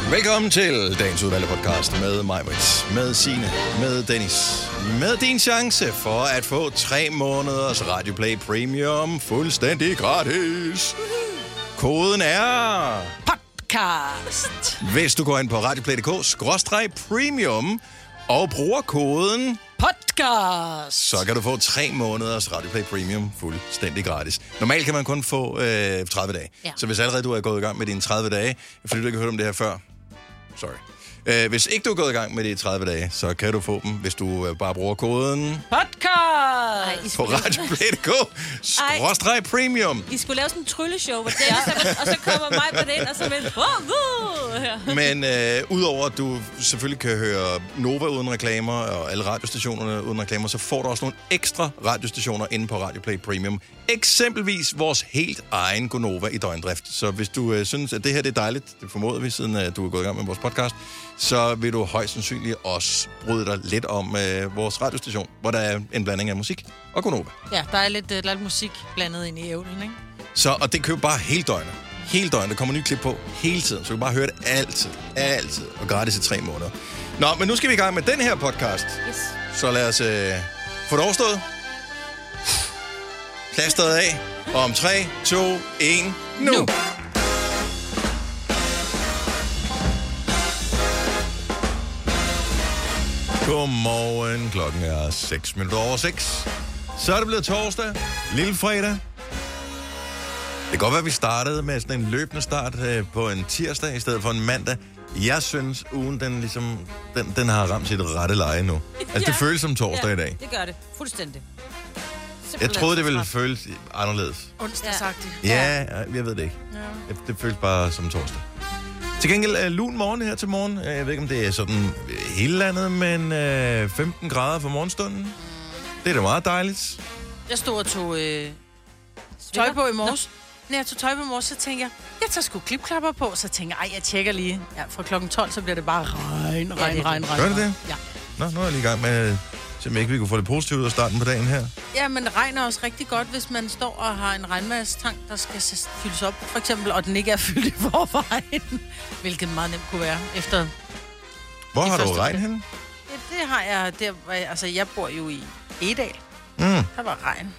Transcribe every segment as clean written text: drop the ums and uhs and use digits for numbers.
Velkommen til dagens udvalgte podcast med mig, med Signe, med Dennis. Med din chance for at få 3 måneders Radioplay Premium fuldstændig gratis. Koden er... podcast. Hvis du går ind på radioplay.dk/premium og bruger koden... podcast. Så kan du få 3 måneders Radioplay Premium fuldstændig gratis. Normalt kan man kun få 30 dage. Ja. Så hvis allerede du er gået i gang med dine 30 dage, fordi du ikke har hørt om det her før, sorry. Hvis ikke du er gået i gang med de 30 dage, så kan du få dem, hvis du bare bruger koden... podcast. På radioplay.dk/premium. I skulle lave sådan en trylleshow, hvor Dennis, og så kommer mig på den, og så med... Men udover at du selvfølgelig kan høre Nova uden reklamer, og alle radiostationerne uden reklamer, så får du også nogle ekstra radiostationer inde på Radioplay Premium. Eksempelvis vores helt egen Gonova i døgndrift. Så hvis du synes, at det her det er dejligt, det formoder vi, siden du er gået i gang med vores podcast, så vil du højst sandsynligt også bryde dig lidt om vores radiostation, hvor der er en blanding af musik og Gonova. Ja, der er lidt musik blandet ind i ævlen, ikke? Så, og det køber bare hele døgnet. Hele døgnet. Der kommer nye klip på hele tiden, så du kan bare høre det altid. Og gratis i 3 måneder. Nå, men nu skal vi i gang med den her podcast. Yes. Så lad os få det overstået. Plasteret af. Om 3, 2, 1, nu! Godmorgen. Klokken er 6 minutter over 6. Så er det blevet torsdag. Lille fredag. Det kan godt være, at vi startede med sådan en løbende start på en tirsdag i stedet for en mandag. Jeg synes, ugen den ligesom den har ramt sit rette leje nu. Altså, det føles som torsdag i dag. Det gør det. Fuldstændig. Jeg troede, det ville føles anderledes. Onsdagsagtigt. Ja, jeg ved det ikke. Ja. Det føles bare som torsdag. Til gengæld er lun morgen her til morgen. Jeg ved ikke, om det er sådan hele landet, men 15 grader for morgenstunden. Det er da meget dejligt. Jeg stod og tog tøj på i morges. Når jeg tog tøj på i morges, så tænkte jeg tager sgu klipklapper på. Så tænkte jeg tjekker lige. Ja, fra klokken 12, så bliver det bare regn. Gør det det? Ja. Nå, nu er jeg lige i gang med, så ikke vi kunne få det positivt ud af starten på dagen her. Ja, men det regner også rigtig godt, hvis man står og har en regnvandstank, der skal fyldes op, for eksempel, og den ikke er fyldt i forvejen. Hvilket meget nemt kunne være efter... Hvor har du regn henne? Det har jeg der, altså jeg bor jo i Egedal. Der var regn.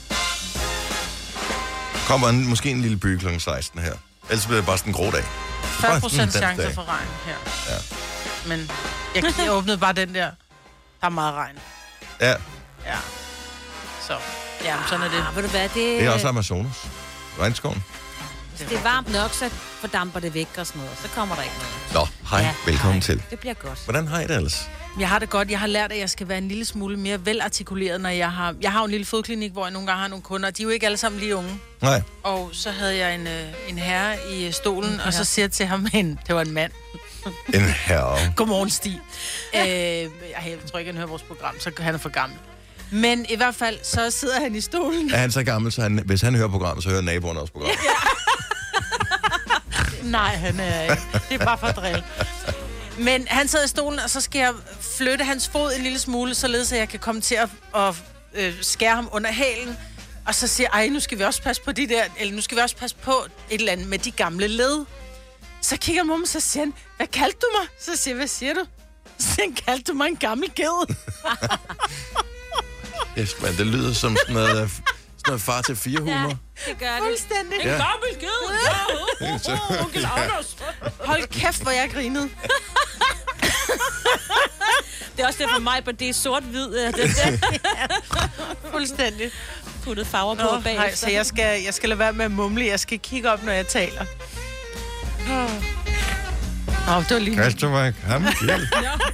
Kommer måske en lille by kl. 16 her. Ellers bliver det bare sådan en grå dag. 40% chance for regn her. Ja. Men jeg åbnede bare den der. Der er meget regn. Ja. Ja. Så, ja, sådan er det. Ved du hvad, Det er også Amazonas. Regnskoven. det er varmt nok, så fordamper det væk og sådan noget. Så kommer der ikke noget. Nå, hej. Velkommen til. Det bliver godt. Hvordan har I det ellers? Jeg har det godt. Jeg har lært, at jeg skal være en lille smule mere velartikuleret, når jeg har... Jeg har jo en lille fodklinik, hvor jeg nogle gange har nogle kunder. De er jo ikke alle sammen lige unge. Nej. Og så havde jeg en herre i stolen, og så siger jeg til ham, det var en mand. En herre. Godmorgen, Stig. Jeg tror ikke, han hører vores program, så han er for gammel. Men i hvert fald, så sidder han i stolen. Er han så gammel, så hvis han hører programmet, så hører naboerne også programmet? Nej, han er ikke. Det er bare for at drille. Men han sidder i stolen, og så skal jeg flytte hans fod en lille smule, således at jeg kan komme til at skære ham under hælen. Og så siger jeg, nu skal vi også passe på nu skal vi også passe på et eller andet med de gamle led. Så kigger mamma, så siger han, hvad kaldte du mig? Så siger jeg, hvad siger du? Så siger han, kaldte du mig en gammel ged? Men det lyder som sådan noget far til 4 humor. Ja, det gør det. Fuldstændig. En gammel ged. Onkel Anders. Hold kæft, hvor jeg grinede. Det er også det for mig, men det er sort-hvid. Fuldstændig. Puttet farver på bagefter. Nej, så jeg skal lade være med at mumle. Jeg skal kigge op, når jeg taler. Det var lige... Kaldte du mig gammel ged?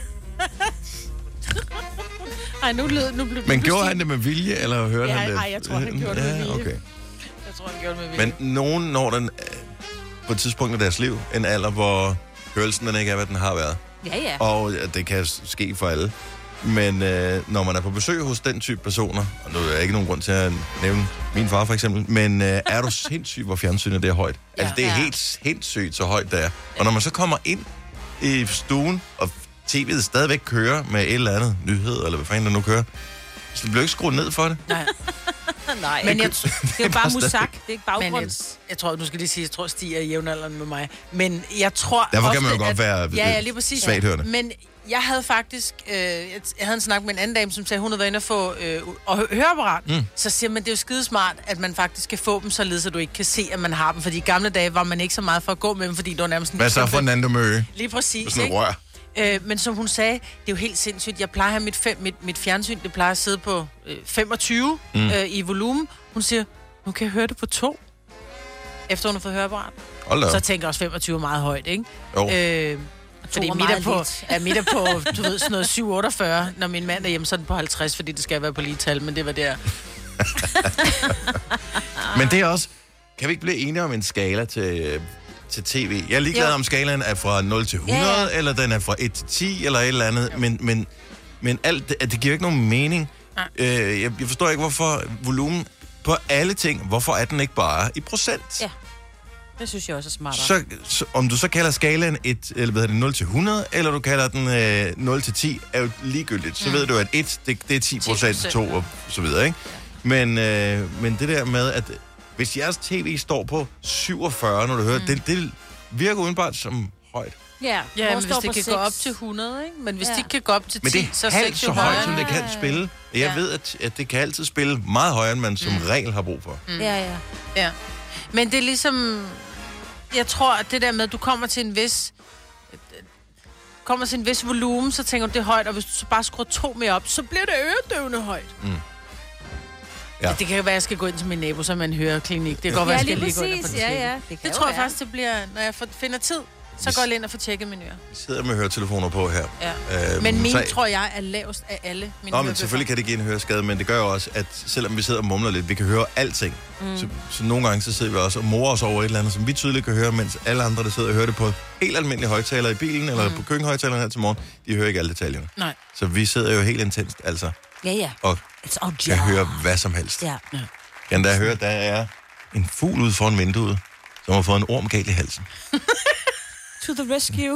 Ej, nu blev Men gjorde han det med vilje, eller hørte han det? Nej, jeg tror, han gjorde det med vilje. Okay. Jeg tror, han gjorde det med vilje. Men nogen når den på et tidspunkt af deres liv, en alder, hvor hørelsen den ikke er, hvad den har været. Ja. Og det kan ske for alle. Men når man er på besøg hos den type personer, og nu er der ikke nogen grund til at nævne min far for eksempel, men er du sindssyg, hvor fjernsynet det er højt? Ja. Altså, det er helt sindssygt så højt, der er. Og når man så kommer ind i stuen, og tv'et stadigvæk kører med et eller andet nyhed, eller hvad fanden der nu kører, så det bliver ikke skruet ned for det. Nej. Nej. Men det er bare musak. er ikke Men baggrunds... jeg tror, du skal lige sige, jeg Stig er i jævnaldrende med mig. Men jeg tror Derfor ofte, kan man jo godt være lige præcis. svaghørende. Men jeg havde faktisk... jeg havde en snak med en anden dame, som sagde, hun havde været inde og få høreapparat. Så siger man, det er jo skidesmart, at man faktisk kan få dem, således at du ikke kan se, at man har dem. Fordi i gamle dage var man ikke så meget for at gå med dem, fordi det var nærmest... Hvad så for en anden møge? Lige præcis, sådan ikke? Rør. Men som hun sagde, det er jo helt sindssygt. Jeg plejer at have mit fjernsyn, det plejer at sidde på 25 i volumen. Hun siger, nu kan jeg høre det på 2. Efter hun har fået høreapparat. Så tænker jeg også 25 er meget højt, ikke? Jo. Fordi midt er på, du ved, sådan noget 7-48, når min mand er hjemme, så er den på 50, fordi det skal være på lige tal, men det var der. Men det er også... Kan vi ikke blive enige om en skala til tv? Jeg er ligeglad om skalaen er fra 0 til 100, eller den er fra 1 til 10, eller et eller andet. Men alt det giver ikke nogen mening. Jeg forstår ikke, hvorfor volumen på alle ting, hvorfor er den ikke bare i procent? Ja, det synes jeg også er smart. Så om du så kalder skalaen 0 til 100, eller du kalder den 0 til 10, er jo ligegyldigt. Så ved du, at 1, det er 10%, 2 og så videre, ikke? Men det der med, at hvis jeres tv står på 47, når du hører, det virker udenbart som højt. Ja, men hvis det kan gå op til 100, ikke? Men hvis det ikke kan gå op til 10, men det er så halvt så højt, som det kan spille. Jeg ved, at det kan altid spille meget højere, end man som regel har brug for. Ja. Men det er ligesom... Jeg tror, at det der med, at du kommer til en vis volumen, så tænker du, det er højt, og hvis du så bare skruer 2 mere op, så bliver det øredøvende højt. Ja. Det kan jo være, at jeg skal gå ind til min nabo, så man hører klinik. Det kan godt være, at jeg skal lige gå ind og få det tjekket. Det tror jeg faktisk, det bliver, når jeg finder tid, så går jeg ind og får tjekket mine ører. Vi sidder med høretelefoner på her. Ja. Men mine, tror jeg, er lavest af alle mine men selvfølgelig kan det give en høreskade, men det gør jo også, at selvom vi sidder og mumler lidt, vi kan høre alting. Så nogle gange så sidder vi også og morer os over et eller andet, som vi tydeligt kan høre, mens alle andre, der sidder og hører det på helt almindelige højtaler i bilen, eller på køkkenhøjtalerne her til morgen, de hører ikke alle detaljerne. Nej. Så vi sidder jo helt intenst, altså. Ja. Og kan høre hvad som helst. Ja. Kan der høre, der er en fugl ude foran vinduet, som har fået en orm galt i halsen. To the rescue.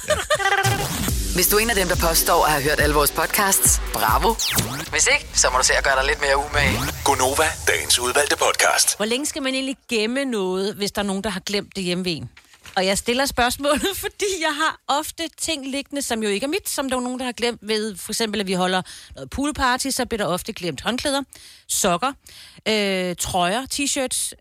Hvis du er en af dem, der påstår at have hørt alle vores podcasts, bravo. Hvis ikke, så må du se at gøre dig lidt mere umage. Gonova, dagens udvalgte podcast. Hvor længe skal man egentlig gemme noget, hvis der er nogen, der har glemt det hjemme ved en? Og jeg stiller spørgsmålet, fordi jeg har ofte ting liggende, som jo ikke er mit, som der er nogen, der har glemt ved. For eksempel, at vi holder noget poolparty, så bliver der ofte glemt håndklæder, sokker, trøjer, t-shirts,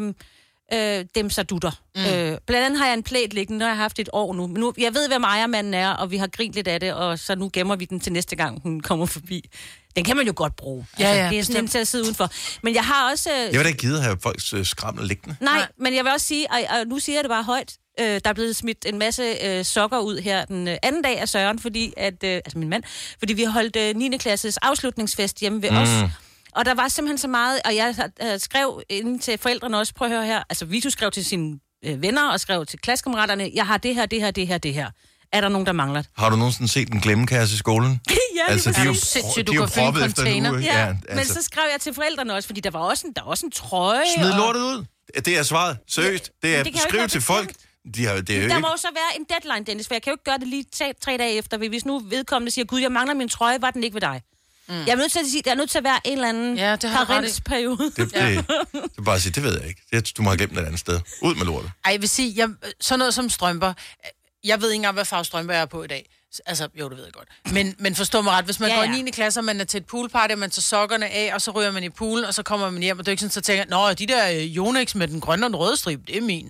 demser dutter. Blandt andet har jeg en plæt liggende, når jeg har haft et år nu. Men nu, jeg ved, hvem ejermanden er, og vi har grint lidt af det, og så nu gemmer vi den til næste gang, hun kommer forbi. Den kan man jo godt bruge. Det er sådan en til at sidde udenfor. Men jeg har også... Jeg vil da ikke gide at have folks skramler liggende. Nej, men jeg vil også sige, og nu siger jeg det bare højt, der er blevet smidt en masse sokker ud her den anden dag af Søren, fordi at, altså min mand, fordi vi har holdt 9. klasses afslutningsfest hjemme ved os. Og der var simpelthen så meget, og jeg skrev ind til forældrene også, prøv at høre her, altså Vito skrev til sine venner og skrev til klassekammeraterne, jeg har det her. Er der nogen, der mangler? Har du nogensinde set en glemmekasse i skolen? Ja, altså, de er jo proppet efter en uge. Ja, altså. Men så skrev jeg til forældrene også, fordi der var også en trøje. Smid lortet ud. Det er svaret. Seriøst. Det er skriv til folk. Der må jo så være en deadline, Dennis, for jeg kan jo ikke gøre det lige 3 dage efter. Hvis nu vedkommende siger, gud, jeg mangler min trøje, var den ikke ved dig? Jeg er nødt til at sige, der er nødt til at være en eller anden karensperiode. Det er bare at sige, det ved jeg ikke. Du må have glemt det et andet sted. Ud med lortet. Ej, jeg vil sige, sådan noget som strømper. Jeg ved ikke engang, hvad farve strømper jeg er på i dag. Altså, jo, det ved jeg godt. Men forstå mig ret, hvis man går i 9. klasse, og man er til et poolparty, og man tager sokkerne af, og så ryger man i poolen, og så kommer man hjem, og det er ikke sådan, så tænker nå, de der Yonex med den grønne og den røde strip, det er min.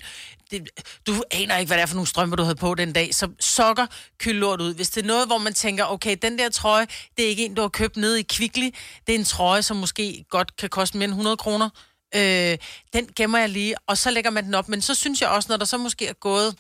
Du aner ikke, hvad det er for nogle strømper, du havde på den dag. Så sokker, kyld lort ud. Hvis det er noget, hvor man tænker, okay, den der trøje, det er ikke en, du har købt nede i Kvickly. Det er en trøje, som måske godt kan koste mere end 100 kroner. Den gemmer jeg lige, og så lægger man den op. Men så synes jeg også, når der så måske er gået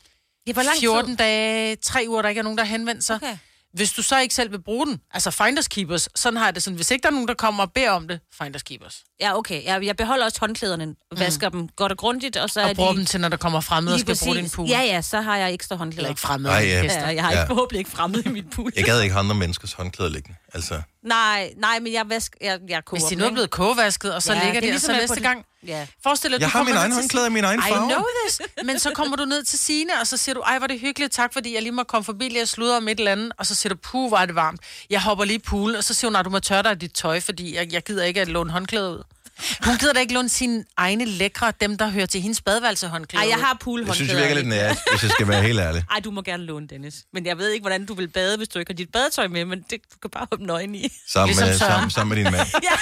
14 dage, 3 uger, der ikke er nogen, der har henvendt sig. Okay. Hvis du så ikke selv vil bruge den, altså finders keepers, sådan har jeg det sådan, hvis ikke der er nogen, der kommer og beder om det, finders keepers. Ja, okay. Jeg beholder også håndklæderne, vasker dem godt og grundigt, og så og bruger dem til, når der kommer fremmede og skal bruge din pool. Ja, så har jeg ekstra håndklæder. Eller ikke fremmede gæster. Jeg har forhåbentlig ikke fremmede i mit pool. Jeg gad ikke andre menneskers håndklæder liggende, altså. Nej, men jeg koger. Hvis de nu er blevet kogevasket, og så ligger de, og så næste gang. Ja. Forestil dig, jeg har min egen håndklæder i min egen farve. I know this. Men så kommer du ned til Signe, og så siger du, ej, hvor det hyggeligt, tak, fordi jeg lige må komme forbi lige og sludre om et eller andet. Og så siger du, puh, hvor er det varmt. Jeg hopper lige i poolen, og så siger hun, nej, du må tørre dig dit tøj, fordi jeg gider ikke at låne håndklæder ud. Hun gider da ikke låne sine egne lækre, dem der hører til hendes badeværelsehåndklæde. Ej, jeg har poolhåndklæder. Jeg synes, det virker lidt nært, hvis jeg skal være helt ærlig. Ej, du må gerne låne, Dennis. Men jeg ved ikke, hvordan du vil bade, hvis du ikke har dit badetøj med, men det, du kan bare hoppe nøgen i. Sammen med din mand. Ja.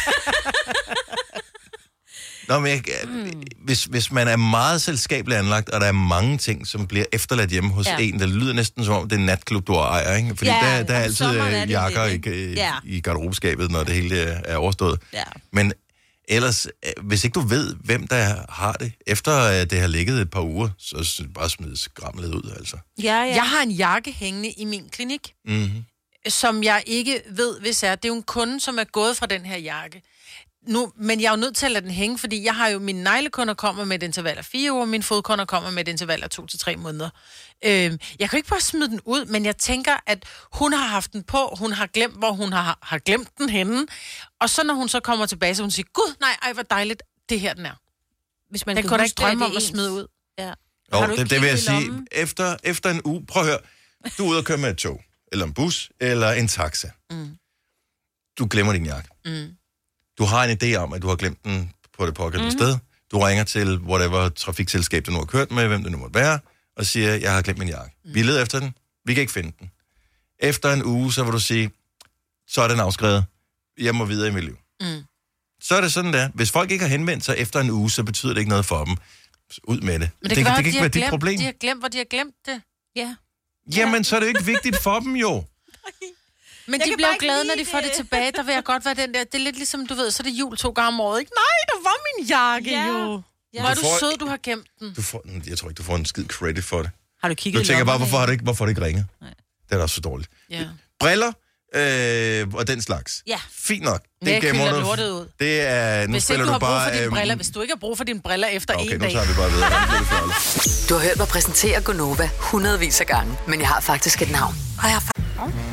Nå, men hvis man er meget selskabeligt anlagt, og der er mange ting, som bliver efterladt hjemme hos en, der lyder næsten som om, det er en natklub, du ejer, ikke? Fordi der er altid jakker i garderobeskabet, når det hele er overstået. Ja. Men ellers, hvis ikke du ved, hvem der har det, efter det har ligget et par uger, så bare smid skramlet ud, altså. Ja. Jeg har en jakke hængende i min klinik, som jeg ikke ved, hvis er. Det er jo en kunde, som er gået fra den her jakke. Men jeg er jo nødt til at lade den hænge, fordi jeg har jo mine neglekunder kommer med et interval af 4 uger, mine fodkunder kommer med et interval af 2 til 3 måneder. Jeg kan jo ikke bare smide den ud, men jeg tænker, at hun har haft den på, hun har glemt, hvor hun har glemt den henne, og så når hun så kommer tilbage, så hun siger, gud, nej, ej, hvor dejligt, det her den er. Hvis man kan ikke drømme om at smide ud. Ja. Jo, det vil jeg sige, efter en uge, prøv at høre, du er ude og køre med et tog, eller en bus, eller en taxa. Du glemmer din jakke. Du har en idé om, at du har glemt den på det pågældende sted. Du ringer til whatever trafikselskab, du nu har kørt med, hvem det nu måtte være, og siger, jeg har glemt min jakke. Vi leder efter den. Vi kan ikke finde den. Efter en uge, så vil du sige, så er den afskrevet. Jeg må videre i mit liv. Så er det sådan der. Hvis folk ikke har henvendt sig efter en uge, så betyder det ikke noget for dem. Ud med det. Men det kan ikke være dit problem. De har glemt, hvor de har glemt det. Ja. Jamen, så er det jo ikke vigtigt for dem jo. Men de bliver jo glade, når de får det tilbage. Der vil jeg godt være den der. Det er lidt ligesom, du ved, så er det jul 2 gange om året, ikke? Nej, der var min jakke jo. Ja. Hvor er du sød, du har gemt den. Jeg tror ikke, du får en skid credit for det. Har du kigget? Du tænker bare, hvorfor har det ikke ringet? Nej. Det er da også så dårligt. Ja. Briller og den slags. Ja. Fint nok. Det gemmer du. Ud. Det er, nu spiller du bare... Hvis du ikke har brug for dine briller efter en dag. Okay, nu tager vi bare videre. Du har hørt mig præsentere Gonova hundredvis af gange, men jeg har faktisk et navn. Og jeg har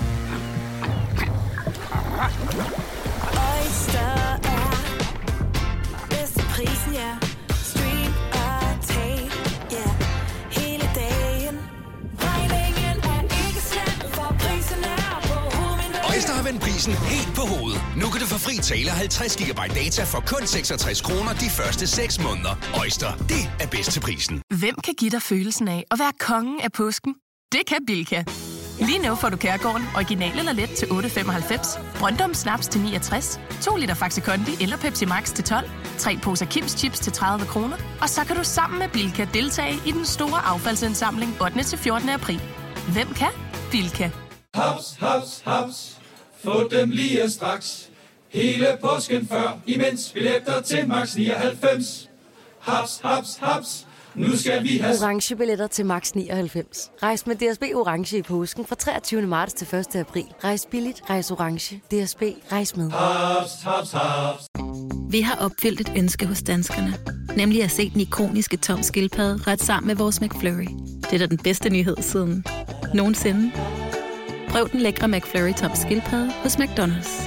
Øjster har vendt prisen helt på hovedet. Nu kan du få fri tale 50 GB data for kun 66 kroner de første 6 måneder. Øjster, det er bedst til prisen. Hvem kan give dig følelsen af at være kongen af påsken? Det kan Bilka. Lige nu får du Kærgården original eller let til 8,95, Brøndum Snaps til 69, 2 liter Faxi Kondi eller Pepsi Max til 12, 3 poser Kims Chips til 30 kroner, og så kan du sammen med Bilka deltage i den store affaldsindsamling 8. til 14. april. Hvem kan? Bilka. Haps, haps, haps. Få dem lige straks. Hele påsken før, imens billetter til max 99. Haps, haps, haps. Nu skal vi have orange billetter til max 99. Rejs med DSB Orange i påsken fra 23. marts til 1. april. Rejs billigt, rejs orange. DSB, rejs med. Haps, haps, haps. Vi har opfyldt et ønske hos danskerne. Nemlig at se den ikoniske Tom Skildpadde ret sammen med vores McFlurry. Det er da den bedste nyhed siden nogensinde. Prøv den lækre McFlurry Tom Skildpadde hos McDonald's.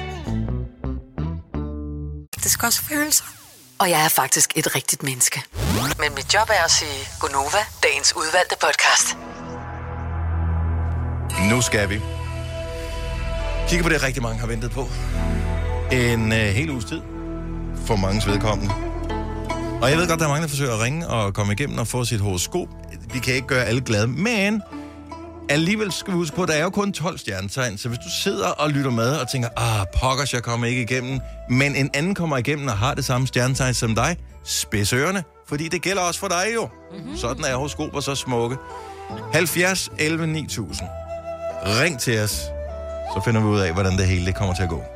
Det skal også føles. Og jeg er faktisk et rigtigt menneske. Men mit job er at sige Gonova, dagens udvalgte podcast. Nu skal vi kigge på det, rigtig mange har ventet på. En hel uges tid for manges vedkommende. Og jeg ved godt, der er mange, der forsøger at ringe og komme igennem og få sit horoskop. Vi kan ikke gøre alle glade, men alligevel skal vi huske på, at der er jo kun 12 stjernetegn. Så hvis du sidder og lytter med og tænker, pokkers, jeg kommer ikke igennem, men en anden kommer igennem og har det samme stjernetegn som dig, spids ørerne, fordi det gælder også for dig jo. Sådan er horoskoper så smukke. 70 11 9000. Ring til os, så finder vi ud af, hvordan det hele kommer til at gå.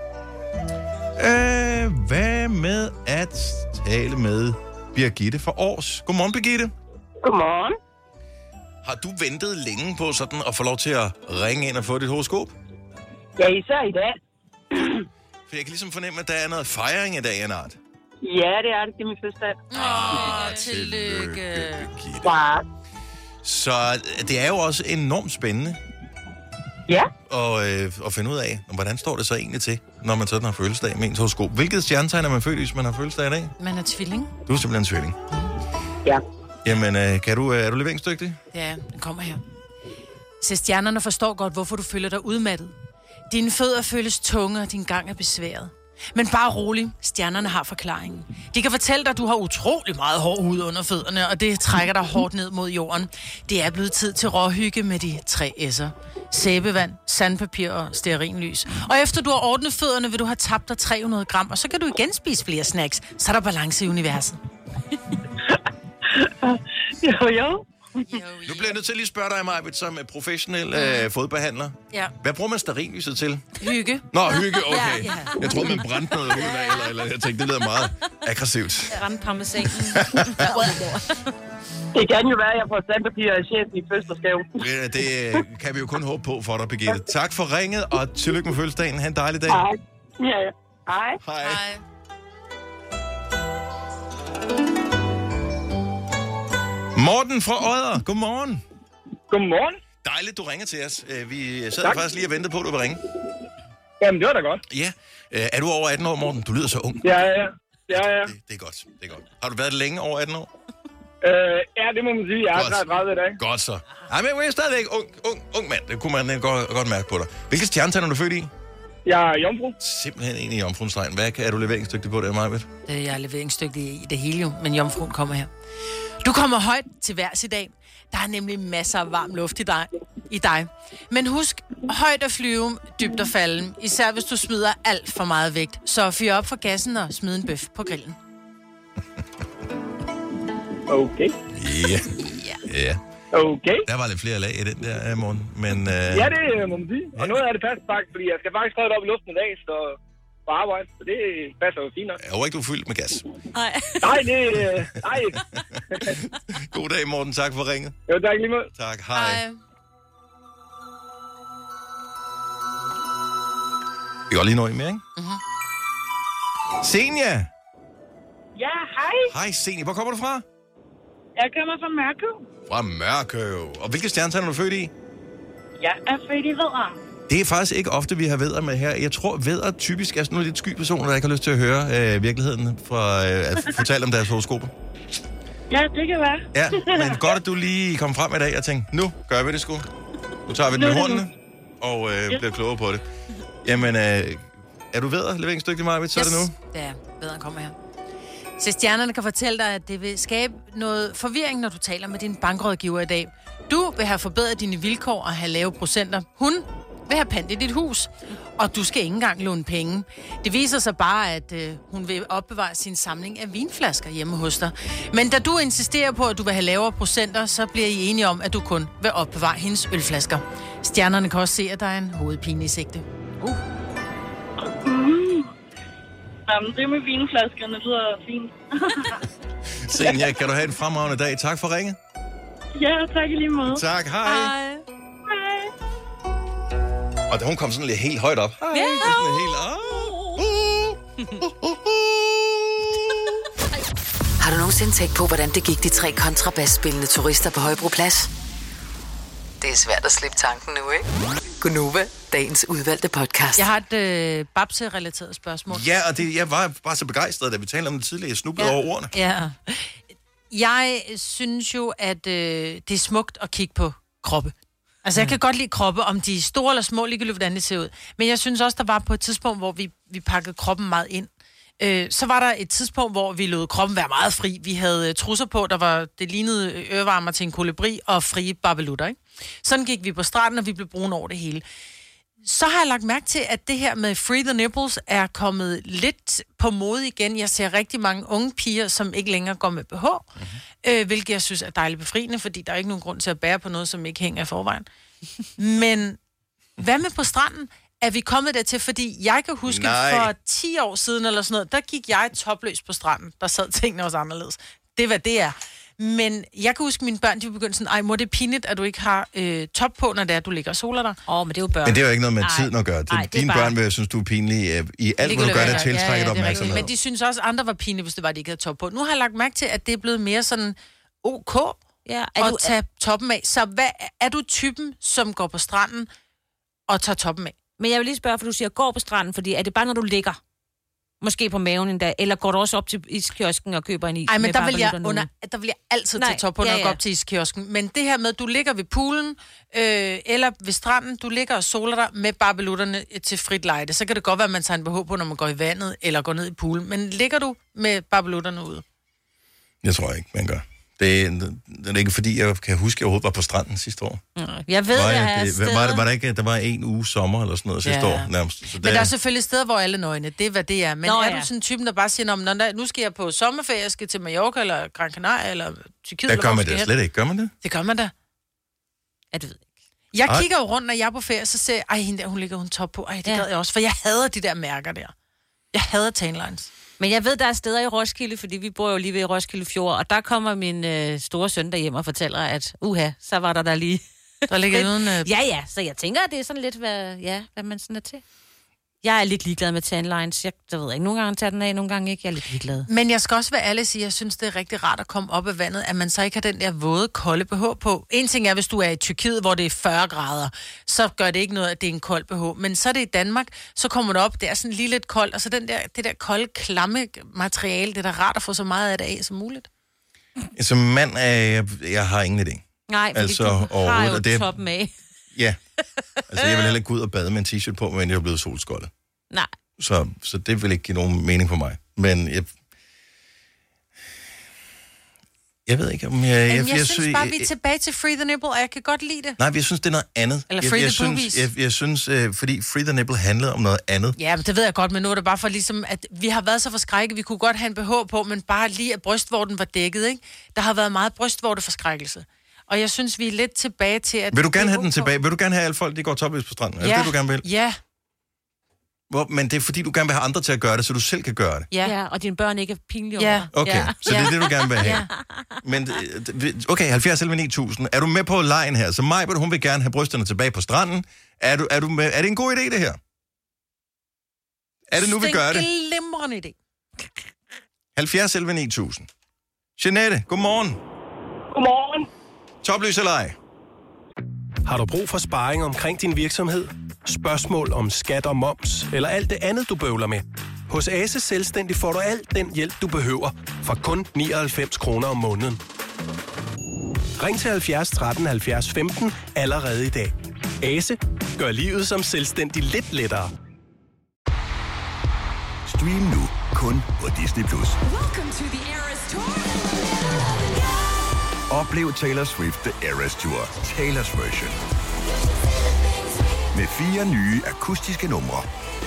Hvad med at tale med Birgitte fra Aars? Godmorgen, Birgitte. Godmorgen. Har du ventet længe på sådan at få lov til at ringe ind og få dit horoskop? Ja, især i dag. For jeg kan ligesom fornemme, at der er noget fejring i dag, en art. Ja, det er det. Det er min fødselsdag. Tillykke, Birgitte. Ja. Så det er jo også enormt spændende. Ja. At finde ud af, hvordan står det så egentlig til, når man sådan har fødselsdag med ens horoskop. Hvilket stjernetegn er man født i, hvis man har fødselsdag i dag? Man er tvilling. Du er simpelthen tvilling. Ja. Jamen, er du leveringsdygtig? Ja, den kommer her. Så stjernerne forstår godt, hvorfor du føler dig udmattet. Dine fødder føles tunge, og din gang er besværet. Men bare rolig, stjernerne har forklaringen. De kan fortælle dig, at du har utrolig meget hård hud under fødderne, og det trækker dig hårdt ned mod jorden. Det er blevet tid til råhygge med de 3 S'er. Sæbevand, sandpapir og stearinlys. Og efter du har ordnet fødderne, vil du have tabt dig 300 gram, og så kan du igen spise flere snacks. Så er der balance i universet. Jo. Nu bliver jeg nødt til at lige spørge dig, Majbet, som professionel fodbehandler. Ja. Hvad bruger man stearinlyset til? Hygge. Nå, hygge, okay. Ja. Jeg troede, man brændte noget ud af, eller jeg tænkte, det lyder meget aggressivt. Randparmesanen. Det kan jo være, at jeg får sandpapir af chefen i fødselsdagsgave. Det kan vi jo kun håbe på for dig, Birgitte. Tak for ringet, og tillykke med fødselsdagen. Ha' en dejlig dag. Hej. Ja. Hej. Hej. Morten fra Odder, godmorgen. Godmorgen. Dejligt, du ringer til os. Vi sad faktisk lige og ventede på, at du vil ringe. Jamen, det var da godt. Ja. Er du over 18 år, Morten? Du lyder så ung. Ja. Det er godt. Har du været længe over 18 år? Ja, det må man sige. Jeg er 30 i dag. Godt så. Ej, men jeg er stadigvæk ung mand. Det kunne man godt mærke på dig. Hvilket stjernetegn er du født i? Jeg er jomfru. Simpelthen en i jomfruens tegn. Hvad er du leveringsdygtig på, det er Majbet? Jeg er leveringsdygtig i det hele jo, men jomfruen kommer her. Du kommer højt til værs i dag. Der er nemlig masser af varm luft i dig. Men husk, højt at flyve, dybt at falde. Især hvis du smider alt for meget vægt. Så fyr op for gassen og smid en bøf på grillen. Okay. Ja. Okay. Der var lidt flere lag i den der, morgen. Men, Ja, det må man sige. Og noget af det passer faktisk, fordi jeg skal faktisk træde op i luften i dag, så på arbejde. Så det passer jo fint nok. Jeg håber ikke, du er fyldt med gas. Nej, nej. God dag, Morten. Tak for ringet. Jo, tak lige måde. Tak. Hej. Vi går lige nå i mere, ikke? Mm-hmm. Senja. Ja, hej. Hej, Senja. Hvor kommer du fra? Jeg kommer fra Mørkøv. Fra Mørkøv. Og hvilke stjernetegn er du født i? Jeg er født i Vædder. Det er faktisk ikke ofte, vi har vædder med her. Jeg tror, vædder typisk er sådan nogle lidt sky personer, der ikke har lyst til at høre virkeligheden fra at fortælle om deres horoskoper. Ja, det kan være. Ja, men godt, at du lige kom frem i dag og tænkte, nu gør vi det sgu. Nu tager vi den i hornene og bliver klogere på det. Jamen, er du vædder, leveringsdygtig, Marvitt? Så er det nu? Det er. Vædderen kommer her. Så stjernerne kan fortælle dig, at det vil skabe noget forvirring, når du taler med din bankrådgiver i dag. Du vil have forbedret dine vilkår og have lave procenter. Hun vil have pant i dit hus, og du skal ikke engang låne penge. Det viser sig bare, at hun vil opbevare sin samling af vinflasker hjemme hos dig. Men da du insisterer på, at du vil have lavere procenter, så bliver I enige om, at du kun vil opbevare hendes ølflasker. Stjernerne kan også se, at der er en hovedpine i sigte. Jamen, det med vinflaskerne lyder fint. Senja, kan du have en fremragende dag. Tak for ringet. Ja, tak i lige måde. Tak, hej. Hej. Og da hun kom sådan lidt helt højt op. Hej, sådan helt Har du nogensinde tænkt på, hvordan det gik de 3 kontrabasspillende turister på Højbroplads? Det er svært at slippe tanken nu, ikke? Gunova, dagens udvalgte podcast. Jeg har et Babse-relateret spørgsmål. Ja, og jeg var bare så begejstret, da vi talte om det tidligere. Jeg snublede over ordene. Ja. Jeg synes jo, at det er smukt at kigge på kroppe. Altså, jeg kan godt lide kroppe, om de er store eller små, ligegyldigt hvordan det ser ud. Men jeg synes også, der var på et tidspunkt, hvor vi pakkede kroppen meget ind. Så var der et tidspunkt, hvor vi lod kroppen være meget fri. Vi havde trusser på, det lignede ørevarmer til en kolibri og frie barbelutter, ikke? Sådan gik vi på stranden, og vi blev brune over det hele. Så har jeg lagt mærke til, at det her med free the nipples er kommet lidt på mode igen. Jeg ser rigtig mange unge piger, som ikke længere går med BH, hvilket jeg synes er dejligt befriende, fordi der er ikke nogen grund til at bære på noget, som ikke hænger i forvejen. Men hvad med på stranden? Er vi kommet dertil? Fordi jeg kan huske, for 10 år siden eller sådan noget, der gik jeg topløs på stranden. Der sad tingene også anderledes. Det er, hvad det er. Men jeg kan huske, at mine børn, de begyndte sådan, mor, det er pinligt, at du ikke har top på, når det er, du ligger og soler dig. Men det er jo børn. Men det er jo ikke noget med tiden at gøre. Dine børn vil synes, du er pinlig i alt, hvad du gør, der tiltrækker opmærksomhed. Men de synes også, at andre var pinlige, hvis det var, de ikke havde top på. Nu har jeg lagt mærke til, at det er blevet mere sådan ok at tage toppen af. Så hvad er du typen, som går på stranden og tager toppen af? Men jeg vil lige spørge, for du siger, går på stranden, fordi er det bare, når du ligger? Måske på maven endda. Eller går du også op til iskiosken og køber en is? Nej, men der vil jeg altid tage top på, når jeg går op til iskiosken. Men det her med, at du ligger ved poolen, eller ved stranden, du ligger og soler dig med barbelutterne til frit lejde. Så kan det godt være, at man tager en BH på, når man går i vandet, eller går ned i poolen. Men ligger du med barbelutterne ude? Jeg tror ikke, man gør. Det er ikke fordi, jeg kan huske, at jeg overhovedet var på stranden sidste år. Jeg ved, var der ikke, der var en uge sommer eller sådan noget sidste år nærmest. Så men der er selvfølgelig steder, hvor alle nøgne, det er, hvad det er. Men er du sådan en typen, der bare siger, nu skal jeg på sommerferie, jeg skal til Mallorca, eller Gran Canaria, eller Tyrkiet? Der gør man det slet ikke. Gør man det? Det gør man da. Ja, det ved jeg ikke. Jeg kigger jo rundt, når jeg er på ferie, så ser jeg, hende der, hun ligger hun top på. Det gad jeg også, for jeg hader de der mærker der. Jeg hader tanlines. Men jeg ved, der er steder i Roskilde, fordi vi bor jo lige ved Roskilde Fjord, og der kommer min store søn derhjem og fortæller, at så var der lige... Der ligger uden... Ja, så jeg tænker, at det er sådan lidt, hvad man sådan er til. Jeg er lidt ligeglad med tanlines. Jeg ved ikke, nogle gange tager den af, nogle gange ikke. Jeg er lidt ligeglad. Men jeg skal også være ærlig og sige, at jeg synes, det er rigtig rart at komme op af vandet, at man så ikke har den der våde, kolde BH på. En ting er, hvis du er i Tyrkiet, hvor det er 40 grader, så gør det ikke noget, at det er en kold BH. Men så er det i Danmark, så kommer det op, det er sådan lige lidt koldt, og så det der kolde, klamme materiale, det er da rart at få så meget af det af som muligt. Som mand jeg har ingen idé. Nej, fordi du har jo toppen af. Ja, altså jeg vil heller ikke gå ud og bade med en t-shirt på, men jeg er blevet solskoldet. Nej. Så det vil ikke give nogen mening for mig. Men jeg ved ikke, om jeg synes bare, vi er tilbage til Free the Nipple, og jeg kan godt lide det. Nej, jeg synes, det er noget andet. Eller Free the Boobies. Jeg synes, fordi Free the Nipple handlede om noget andet. Ja, men det ved jeg godt, men nu er det bare for ligesom, at vi har været så forskrækket, vi kunne godt have en BH på, men bare lige, at brystvorten var dækket, ikke? Der har været meget brystvorteforskrækkelse. Og jeg synes, vi er lidt tilbage til, at... Vil du gerne have den tilbage? Vil du gerne have alle folk, de går topløs på stranden? Er det, du gerne vil? Ja. Men det er fordi, du gerne vil have andre til at gøre det, så du selv kan gøre det. Ja, og dine børn ikke er pinlige over. Ja. Okay, så det er det, du gerne vil have. Men okay, 70-9000. Er du med på lejen her? Så Majbert, hun vil gerne have brysterne tilbage på stranden. Er det en god idé, det her? Er det nu, vi gør det? Det er en glimrende idé. 70-9000. Jeanette, godmorgen. Godmorgen. Topløs eller ej? Har du brug for sparring omkring din virksomhed? Spørgsmål om skat og moms, eller alt det andet, du bøvler med? Hos Ase Selvstændig får du alt den hjælp, du behøver, for kun 99 kroner om måneden. Ring til 70 13 70 15 allerede i dag. Ase gør livet som selvstændig lidt lettere. Stream nu kun på Disney+. Oplev Taylor Swift The Eras Tour, Taylor's version. Med 4 nye akustiske numre.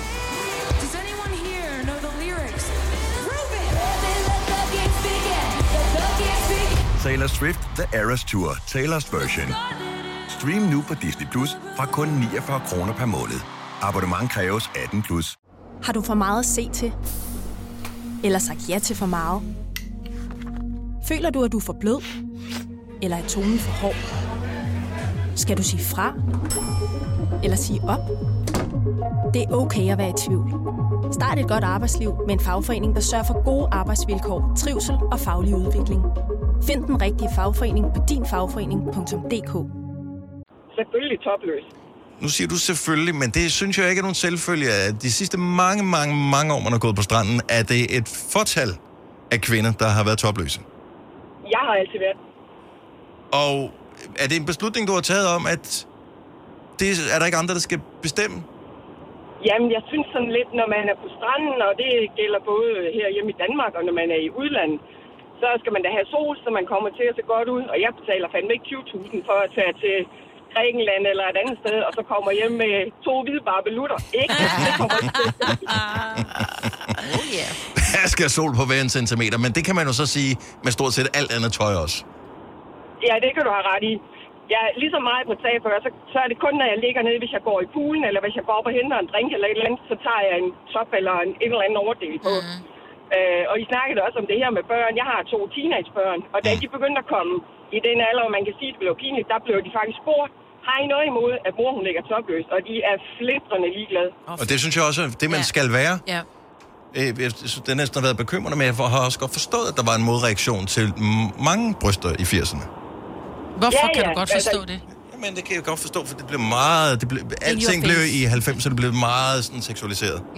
Taylor Swift The Eras Tour, Taylor's version. Stream nu på Disney+ fra kun 49 kroner per måned. Abonnement kræves 18+. Har du for meget at se til? Eller sagt ja til for meget? Føler du, at du er for blød? Eller er tonen for hård? Skal du sige fra? Eller sige op? Det er okay at være i tvivl. Start et godt arbejdsliv med en fagforening, der sørger for gode arbejdsvilkår, trivsel og faglig udvikling. Find den rigtige fagforening på dinfagforening.dk. Selvfølgelig topløs. Nu siger du selvfølgelig, men det synes jeg ikke er nogen selvfølge. De sidste mange år, man har gået på stranden, er det et fortal af kvinder, der har været topløse. Jeg har altid været. Og er det en beslutning, du har taget om, at det er der ikke andre, der skal bestemme? Jamen, jeg synes sådan lidt, når man er på stranden, og det gælder både her hjemme i Danmark, og når man er i udlandet, så skal man da have sol, så man kommer til at se godt ud. Og jeg betaler fandme ikke 20.000 for at tage til Grækenland eller et andet sted, og så kommer hjem med 2 hvide barbelutter. Ikke? Det kommer ikke til. Jeg skal have sol på hver en centimeter, men det kan man jo så sige med stort set alt andet tøj også. Ja, det kan du have ret i. Ja, ligesom mig på tag før, så er det kun, når jeg ligger nede, hvis jeg går i poolen, eller hvis jeg går op og henter en drink eller et eller andet, så tager jeg en top eller en eller anden overdel på. Og I snakkede også om det her med børn. Jeg har 2 teenagebørn, og da de begyndte at komme i den alder, og man kan sige, at det blev pinligt, der blev de faktisk spurgt, har I noget imod, at mor hun ligger topløs? Og de er flitrende ligeglade. Og det synes jeg også, det man skal være. Ja. Det næsten har været bekymrende, men jeg har også godt forstået, at der var en modreaktion til mange bryster i 80'erne. Hvorfor kan du godt forstå det? Jamen, det kan jeg godt forstå, for det blev meget... Alting blev i 90'erne blev meget sådan seksualiseret. Ja.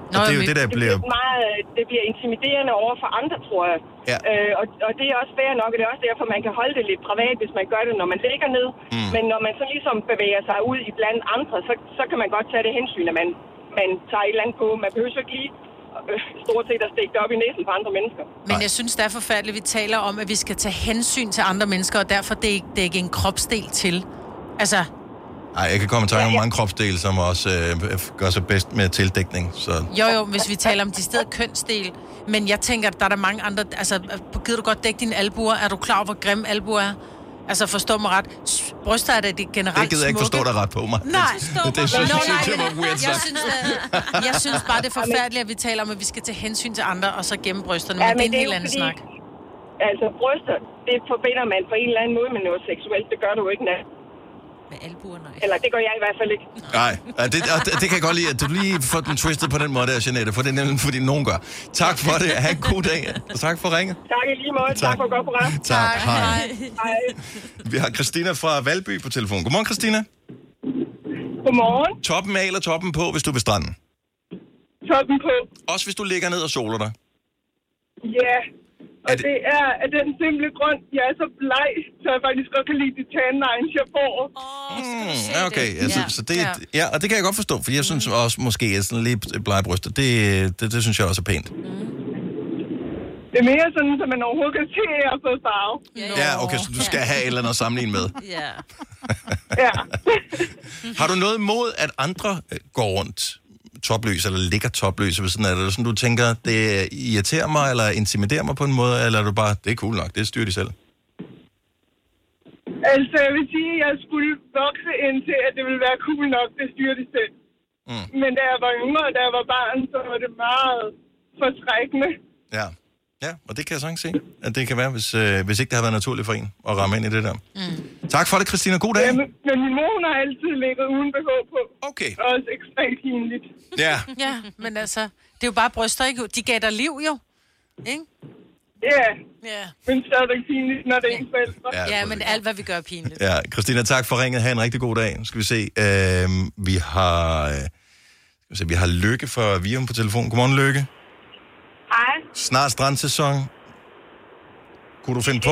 Og det er jo det, der bliver... Det bliver intimiderende over for andre, tror jeg. Ja. Og det er også fair nok, og det er også derfor, man kan holde det lidt privat, hvis man gør det, når man ligger ned. Men når man så ligesom bevæger sig ud i blandt andre, så kan man godt tage det hensyn, at man tager et eller andet på. Man behøver så ikke lige stort set at stikke det op i næsen på andre mennesker. Men jeg synes, det er forfærdeligt, at vi taler om, at vi skal tage hensyn til andre mennesker, og derfor det er ikke en kropsdel til. Altså... Nej, jeg kan komme i tanke om mange kropsdele, som også gør sig bedst med tildækning. Så. Jo, hvis vi taler om de steder kønsdel. Men jeg tænker, der er der mange andre... Altså, gider du godt dække dine albuer? Er du klar over, hvor grimme albuer er? Altså, forstå mig ret. Bryster er det generelt det gider jeg ikke forstå dig ret på mig. Nej. Det synes jeg var weird sagt. Jeg synes bare, det er forfærdeligt, at vi taler om, at vi skal tage hensyn til andre, og så gemme brysterne. Men det er en helt anden snak. Altså, bryster, det forbinder man på en eller anden måde med noget seksuelt. Det gør du jo ikke, med albuer, nej. Eller det gør jeg i hvert fald ikke. Nej, det kan jeg godt lide, at du lige får den twistet på den måde der, Jeanette, for det er nemlig, fordi nogen gør. Tak for det. Ha' en god dag, og tak for ringet. Tak i lige måde. Tak for godt program. Tak. Hej. Hej. Vi har Christina fra Valby på telefon. Godmorgen, Christina. Godmorgen. Toppen af eller toppen på, hvis du er ved stranden? Toppen på. Også hvis du ligger ned og soler dig? Ja. Og det er af den simple grund, jeg er så bleg, så jeg faktisk godt kan lide de tandlines, jeg får. Ja, okay. Så det, ja, og det kan jeg godt forstå, for jeg synes også måske, at sådan lidt blege bryster, det synes jeg også er pænt. Det er mere sådan, at man overhovedet kan se og få farve. Ja, okay, så du skal have et eller andet at sammenligne med. Ja. Ja. Har du noget imod, at andre går rundt topløs, eller ligger topløs, hvis sådan er det sådan, du tænker, det irriterer mig, eller intimiderer mig på en måde, eller er du bare, det er cool nok, det styrer de selv? Altså, jeg vil sige, at jeg skulle vokse indtil, at det ville være cool nok, det styrer de selv. Men da jeg var yngre, da jeg var barn, så var det meget forskrækkende. Ja, og det kan jeg sagtens se, at det kan være, hvis ikke det har været naturligt for en at ramme ind i det der. Tak for det, Christina. God dag. Ja, men min mor, hun har altid ligget uden BH på. Okay. Også ekstremt pinligt. Ja. Ja, men altså, det er jo bare bryster, ikke? De gav dig liv, jo. Ikke? Ja. Ja. Men så er det ikke pinligt, når det er ens forældre. Ja, men alt, hvad vi gør, er pinligt. Ja, Christina, tak for ringet. Ha' en rigtig god dag. Nu skal vi se. Vi har Lykke fra Virum på telefon. Godmorgen, Lykke. Hej. Snart strandsæson. Kunne du finde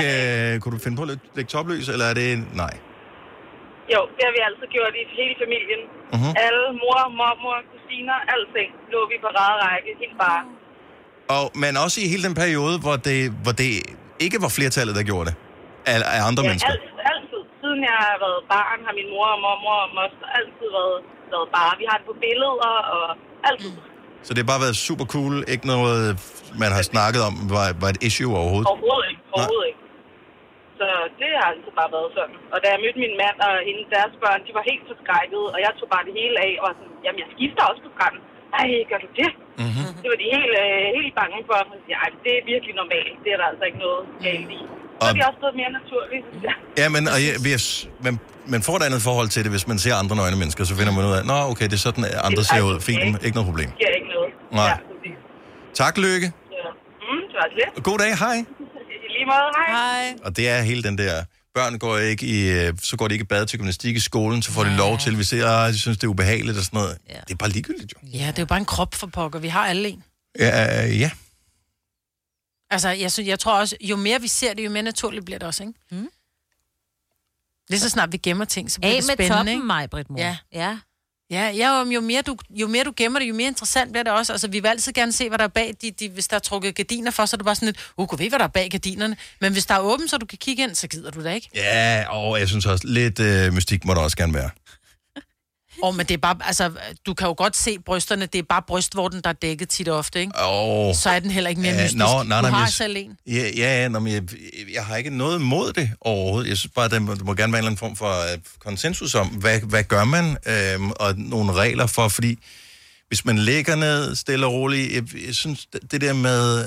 på at lægge topløs, eller er det... Nej. Jo, det har vi altid gjort i hele familien. Alle, mor, mormor, kusiner, alting lå vi på række, helt bare. Men også i hele den periode, hvor det ikke var flertallet, der gjorde det, af andre mennesker. Altid. Siden jeg har været barn, har min mor og mormor og moster altid været bare. Vi har det på billeder og altid. Så det har bare været super cool, ikke noget, man har snakket om, var et issue overhovedet? Overhovedet ikke. Så det har altid bare været sådan. Og da jeg mødte min mand og deres børn, de var helt forskrækkede, og jeg tog bare det hele af, og var sådan, jamen jeg skifter også på stranden. Ej, gør du det? Det var de helt bange for, og jeg siger, det er virkelig normalt, det er der altså ikke noget galt i. Så er det også blevet mere naturligt, synes jeg. Ja, men man får et andet forhold til det, hvis man ser andre nøgne mennesker, så finder man ud af, nå okay, det er sådan, andre ser ud. Fint, ikke noget problem. Det er ikke noget. Nej. Ja, tak, Lykke. Ja. Det var lidt. God dag, hej. I lige måde, hej. Og det er hele den der, børn går ikke så går de ikke i bad til gymnastik i skolen, så får de lov til, vi ser, de synes, det er ubehageligt og sådan noget. Ja. Det er bare ligegyldigt, jo. Ja, det er jo bare en krop for pokker. Vi har alle en. Ja. Altså, jeg tror også, jo mere vi ser det, jo mere naturligt bliver det også, ikke? Lige så snart vi gemmer ting, så bliver det spændende, toppen, ikke? Mig-Britt, mor. Ja. Jo mere du gemmer det, jo mere interessant bliver det også. Altså, vi vil altid gerne se, hvad der er bag. Hvis der er trukket gardiner for, så er det bare sådan lidt, kunne vi hvad der er bag gardinerne? Men hvis der er åbent, så du kan kigge ind, så gider du da ikke. Ja, og jeg synes også, lidt mystik må der også gerne være. Men det er bare, altså, du kan jo godt se brysterne, det er bare brystvorten, der er dækket tit og ofte, ikke? Så er den heller ikke mere mystisk. Du har selv en. Jeg har ikke noget mod det overhovedet. Jeg synes bare, der må gerne være en eller anden form for konsensus om, hvad gør man, og nogle regler for, fordi hvis man ligger ned stille og roligt, jeg synes, det der med,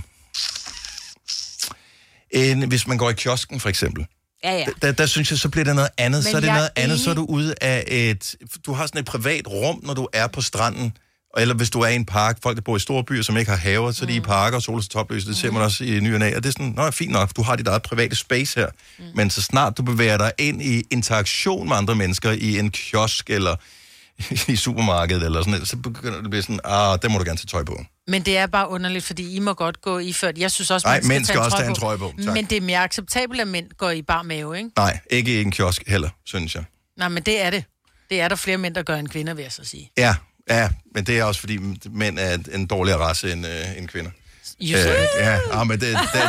hvis man går i kiosken for eksempel, der synes jeg, så bliver det noget andet. Men så er det noget andet, så er du ude af du har sådan et privat rum, når du er på stranden, eller hvis du er i en park, folk der bor i store byer, som ikke har haver, så de er i parker og soler sig topløse, det ser man også i ny og næ, og det er sådan, fint nok, du har dit eget private space her, men så snart du bevæger dig ind i interaktion med andre mennesker, i en kiosk, eller i supermarkedet eller sådan noget, så begynder det at blive sådan, der må du gerne tage tøj på. Men det er bare underligt, fordi I må godt gå iført. Jeg synes også, nej, mænd skal også tage en trøje på. Tak. Men det er mere acceptabelt, at mænd går i bar mave, ikke? Nej, ikke i en kiosk heller, synes jeg. Nej, men det er det. Det er der flere mænd, der gør end kvinder, vil jeg så sige. Ja, men det er også, fordi mænd er en dårligere race end kvinder. Men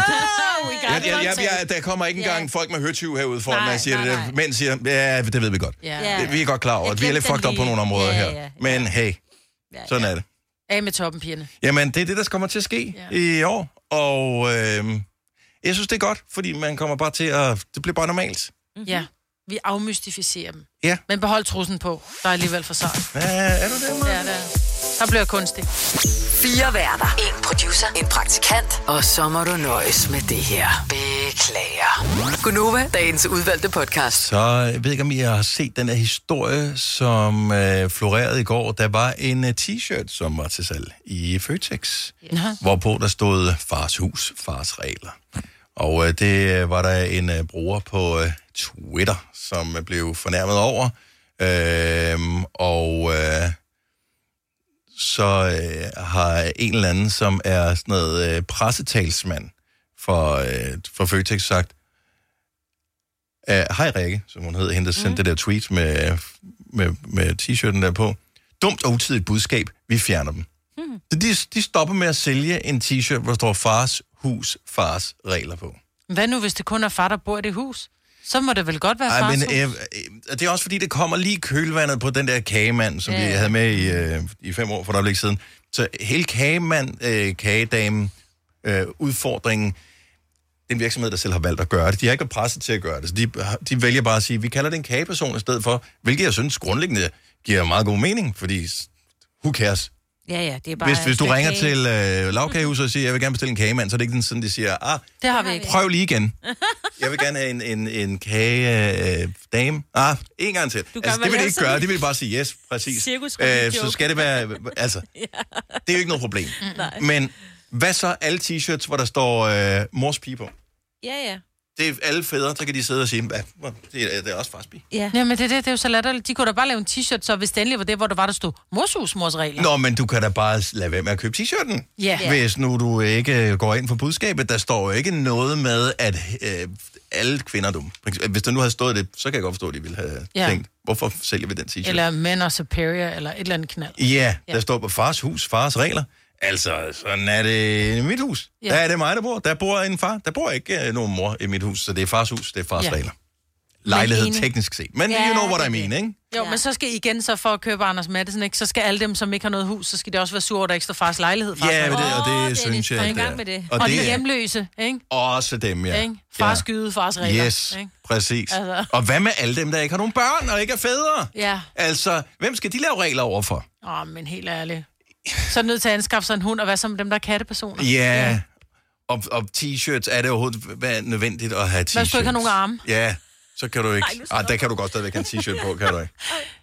der kommer ikke engang folk med høtyv herude for, når jeg siger det. Mænd siger, det ved vi godt. Vi er godt klar over, at vi er lidt fucked up på nogle områder her. Men hey, sådan er det. Af med toppen, pigerne. Jamen, det er det, der kommer til at ske i år. Og jeg synes, det er godt, fordi man kommer bare til at... Det bliver bare normalt. Mm-hmm. Ja, vi afmystificerer dem. Ja. Men behold trussen på. Der er alligevel for sejt. Er du det, man? Ja, det er. Der bliver kunstigt. 4 værter. 1 producer. 1 praktikant. Og så må du nøjes med det her. Beklager. Gunova, dagens udvalgte podcast. Så jeg ved ikke, om I har set den her historie, som florerede i går. Der var en t-shirt, som var til salg i Føtex. Hvorpå der stod fars hus, fars regler. Og det var der en bruger på Twitter, som blev fornærmet over. Så har en eller anden, som er sådan noget pressetalsmand for Føtex, sagt, hej Rikke, som hun hed, hende der sendte det der tweet med t-shirten der på. Dumt og utidigt budskab, vi fjerner dem. De stopper med at sælge en t-shirt, hvor der står fars hus, fars regler på. Hvad nu, hvis det kun er far, der bor i det hus? Så må det vel godt være fars hus? Det er også fordi, det kommer lige kølvandet på den der kagemand, som vi havde med i 5 år for et øjeblik siden. Så hele kagedame, udfordringen, den virksomhed, der selv har valgt at gøre det. De har ikke været presset til at gøre det, så de vælger bare at sige, vi kalder det en kageperson i stedet for, hvilket jeg synes grundlæggende giver meget god mening, fordi who cares? Ja, det er bare... Hvis du ringer til lavkagehuset og siger, jeg vil gerne bestille en kagemand, så er det ikke sådan, de siger, det har vi ikke. Prøv lige igen. Jeg vil gerne have en kagedame. En gang til. Altså, det vil de ikke gøre. De vil bare sige, yes, præcis. Så skal det være... Altså, det er jo ikke noget problem. Men hvad så alle t-shirts, hvor der står mors pige på? Ja. Det er alle fædre, så kan de sidde og sige, det er også fars pige. Ja, men det er jo så latterligt. De kunne da bare lave en t-shirt, så hvis det endelig var det, hvor der stod mors hus, mors regler. Nå, men du kan da bare lade være med at købe t-shirten. Ja. Hvis nu du ikke går ind for budskabet, der står jo ikke noget med, at alle kvinder dumme. Hvis der nu havde stået det, så kan jeg godt forstå, at de ville have tænkt, hvorfor sælger vi den t-shirt? Eller men og superior, eller et eller andet knald. Ja, der står på fars hus, fars regler. Altså, sådan er det i mit hus. Ja. Der er det mig, der bor. Der bor en far. Der bor ikke nogen mor i mit hus, så det er fars hus, det er fars regler. Lejlighed teknisk set. Men you know what I mean, ikke? Jo, men så skal I igen så for at købe Anders Madsen, ikke? Så skal alle dem, som ikke har noget hus, så skal det også være sure over, der ikke står fars lejlighed. Det synes jeg. Og de hjemløse, ikke? Også dem, ja. Ikke? Fars skyde, fars regler. Yes, ikke? præcis. Altså. Og hvad med alle dem, der ikke har nogen børn og ikke er fædre? Ja. Altså, hvem skal de lave regler overfor? Men helt ærligt. Så er nødt til at anskaffe sig en hund og være som dem, der er kattepersoner. Ja. Og t-shirts, er det overhovedet nødvendigt at have t-shirts? Hvad skal du ikke have nogen arme? Ja, så kan du ikke. Der kan du godt stadigvæk have en t-shirt på, kan du ikke?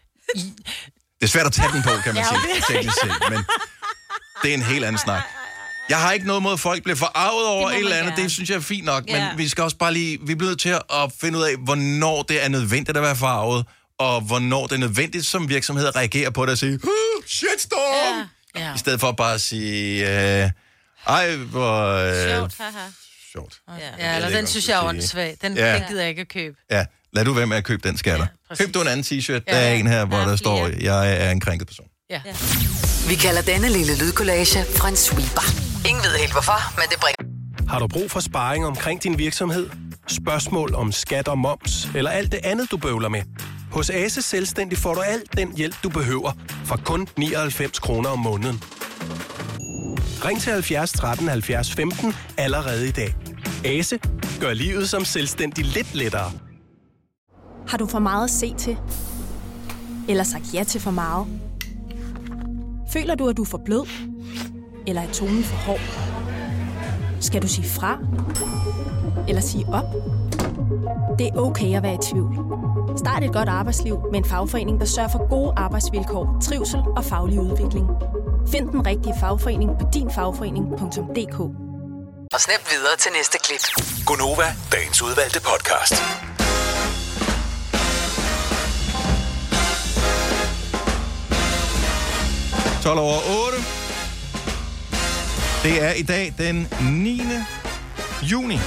Det er svært at tage den på, kan man sige, teknisk set, men det er en helt anden snak. Jeg har ikke noget mod, at folk bliver forarvet over et eller andet. Det synes jeg er fint nok, men vi skal også bare lige... Vi er blevet til at finde ud af, hvornår det er nødvendigt at være forarvet, og hvornår det er nødvendigt som virksomhed at reagere på det og sige, shitstorm! Ja. I stedet for bare at sige, hvor... Sjovt, haha. Sjovt. Ja, eller den synes jeg er åndssvag. Den gider jeg ikke at købe. Ja, lad du være med at købe den skatter. Køb du en anden t-shirt, der er en her, hvor der står, jeg er en krænket person. Ja. Vi kalder denne lille lydkollage en sweeper. Ingen ved helt hvorfor, men det bringer... Har du brug for sparring omkring din virksomhed? Spørgsmål om skat og moms, eller alt det andet, du bøvler med? Hos Ase Selvstændig får du alt den hjælp, du behøver, for kun 99 kroner om måneden. Ring til 70 13 70 15 allerede i dag. Ase gør livet som selvstændig lidt lettere. Har du for meget at se til? Eller sagt ja til for meget? Føler du, at du er for blød? Eller er tonen for hård? Skal du sige fra? Eller sige op? Det er okay at være i tvivl. Start et godt arbejdsliv med en fagforening, der sørger for gode arbejdsvilkår, trivsel og faglig udvikling. Find den rigtige fagforening på dinfagforening.dk. Og snap videre til næste klip. Gunova, dagens udvalgte podcast. 12 over 8. Det er i dag den 9. juni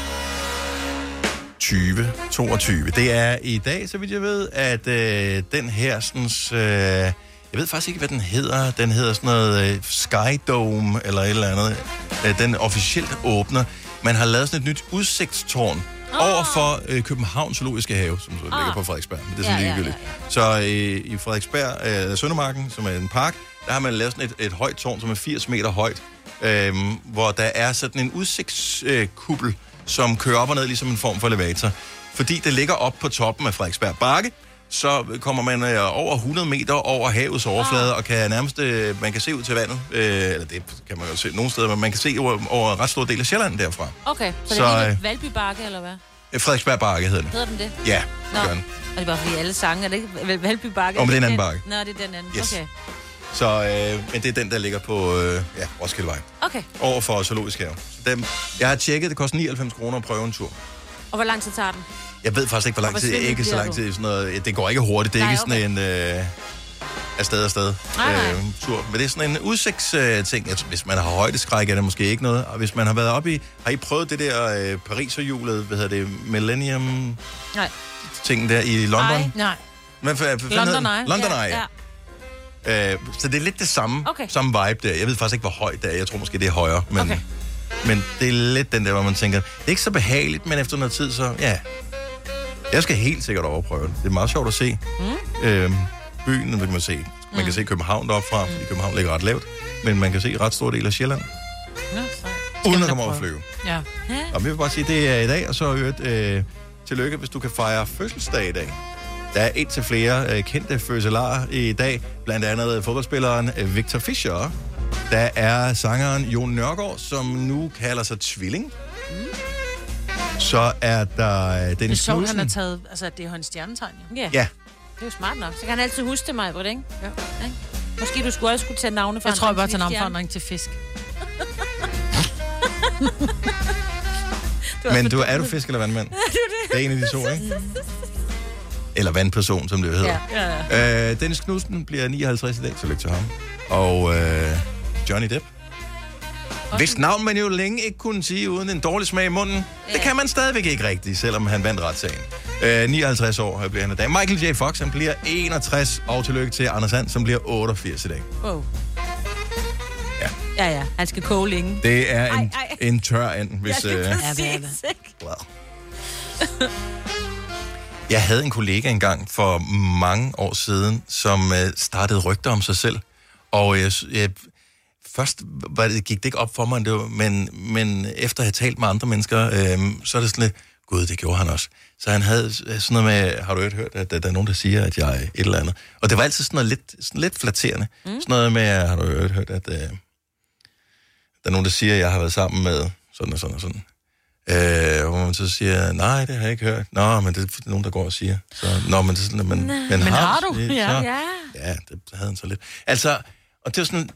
2022. Det er i dag, så vidt jeg ved, at den her sådan... jeg ved faktisk ikke, hvad den hedder. Den hedder sådan noget Sky Dome eller et eller andet. Den officielt åbner. Man har lavet sådan et nyt udsigtstårn over for Københavns Zoologiske Have, som så ligger på Frederiksberg. Men det er sådan ligegyldigt. Så i Frederiksberg, Søndermarken, som er en park, der har man lavet sådan et højt tårn, som er 80 meter højt, hvor der er sådan en udsigtskuppel, som kører op og ned ligesom en form for elevator. Fordi det ligger op på toppen af Frederiksberg Bakke, så kommer man over 100 meter over havets overflade, og kan nærmest, man kan se ud til vandet, eller det kan man jo se nogle steder, men man kan se over en ret stor del af Sjælland derfra. Okay, så det er ikke Valby Bakke, eller hvad? Frederiksberg Bakke hedder den. Hedder den det? Ja, det gør den. Og det er bare fordi alle sange, er det ikke Valby Bakke? Men det er en anden bakke. Nå, det er den anden, yes. Okay. Så, men det er den, der ligger på Roskildevej. Okay. Over for Zoologisk Have. Jeg har tjekket, det koster 99 kroner at prøve en tur. Og hvor lang tid tager den? Jeg ved faktisk ikke, hvor lang tid. Ikke så lang tid. Sådan noget, det går ikke hurtigt. Det er ikke sådan en afsted tur. Men det er sådan en udsigtsting. Hvis man har højdeskræk, er det måske ikke noget. Og hvis man har været oppe i... Har I prøvet det der Pariserhjulet? Hvad hedder det? Millennium... Nej. Tingen der i London? Nej. London Eye. Ja. Så det er lidt det samme vibe der. Jeg ved faktisk ikke, hvor højt det er. Jeg tror måske, det er højere. Men det er lidt den der, hvor man tænker, det er ikke så behageligt, men efter noget tid, så ja. Jeg skal helt sikkert overprøve det. Det er meget sjovt at se. Byen, kan man se. Man kan se København deroppe fra, fordi København ligger ret lavt. Men man kan se ret stor del af Sjælland. Uden at komme over at flyve. Ja. Og vi vil bare sige, det er i dag, og så tillykke, hvis du kan fejre fødselsdag i dag. Der er et til flere kendte fødselarer i dag, blandt andet fodboldspilleren Victor Fischer. Der er sangeren Jon Nørgaard, som nu kalder sig Tvilling. Så er der Dennis Knudsen. Det er sjovt, han har taget, altså det er jo hans stjernetegn. Ja. Det er jo smart nok. Så kan han altid huske det mig, hvor det ikke? Ja. Måske du skulle også tage navneforandring. Jeg tror bare tage navneforandring til fisk. Men er du fisk eller vandmand? Det er en af de to, ikke? Eller vandperson, som det hedder. Ja. Dennis Knudsen bliver 59 i dag, så lykke til ham. Og Johnny Depp. Hvis navn man jo længe ikke kunne sige uden en dårlig smag i munden, det kan man stadigvæk ikke rigtigt, selvom han vandt retssagen. 59 år bliver han i dag. Michael J. Fox, han bliver 61, og tillykke til Anders And, som bliver 88 i dag. Wow. Ja, han skal koge længe. Det er en tør and, hvis... Wow. Jeg havde en kollega engang for mange år siden, som startede rygter om sig selv. Og først gik det ikke op for mig, men efter at have talt med andre mennesker, så er det sådan lidt, gud, det gjorde han også. Så han havde sådan noget med, har du hørt, at der er nogen, der siger, at jeg er et eller andet. Og det var altid sådan noget lidt flatterende. Sådan noget med, har du hørt, at der er nogen, der siger, at jeg har været sammen med sådan og sådan og sådan. Hvor man så siger, nej, det har jeg ikke hørt. Nå, men det er nogen, der går og siger. Så, nå, men det er sådan, men har du? Ja, det havde han så lidt. Altså, og det er sådan,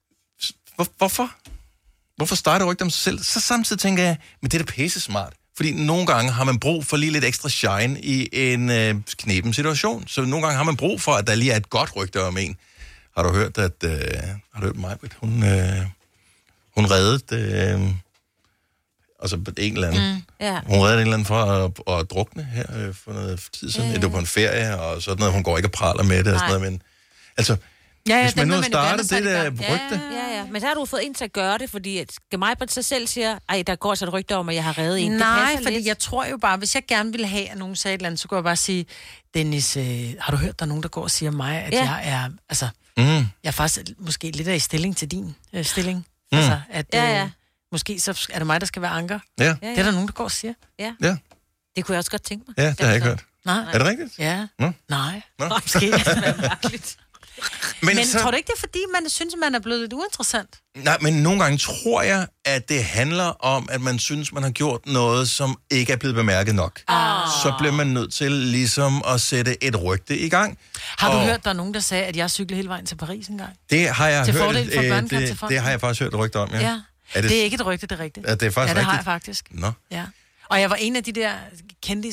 hvorfor starter rygter om sig selv? Så samtidig tænker jeg, men det er da pisse smart. Fordi nogle gange har man brug for lige lidt ekstra shine i en knepen situation. Så nogle gange har man brug for, at der lige er et godt rygte om en. Har du hørt, at Maj-Brit, hun reddede... Altså en eller anden. Hun reddede en eller anden for at drukne her for noget tid siden. Det var på en ferie, og sådan noget. Hun går ikke og praler med det og sådan noget, men... Altså, hvis man nu starter det der rygte... Ja. Men så har du fået en til at gøre det, fordi at Maj-Brit sig selv siger, der går så et rygte om, at jeg har reddet en. Nej, fordi jeg tror jo bare, hvis jeg gerne ville have, at nogen sagde et eller andet, så kunne jeg bare sige, Dennis, har du hørt, der er nogen, der går og siger mig, at jeg er... Altså, jeg er faktisk måske lidt af i stilling til din stilling. Altså, at... Måske så er det mig, der skal være anker. Ja. Det er der nogen, der går og siger. Ja. Det kunne jeg også godt tænke mig. Ja, det har jeg ikke hørt. Nej. Er det rigtigt? Ja. Nå? Nej. Måske det er mærkeligt. Men så... tror du ikke, det er fordi, man synes, man er blevet lidt uinteressant? Nej, men nogle gange tror jeg, at det handler om, at man synes, man har gjort noget, som ikke er blevet bemærket nok. Så bliver man nødt til ligesom at sætte et rygte i gang. Har du hørt, der er nogen, der sagde, at jeg cyklede hele vejen til Paris engang? Det har jeg til hørt. Fordel for børnekamp til folk. Det har jeg faktisk hørt et rygte om, ja. Det er ikke et rygte, det er rigtigt. Ja, det er faktisk det rigtigt. har jeg faktisk. Nå. Ja. Og jeg var en af de der kendisser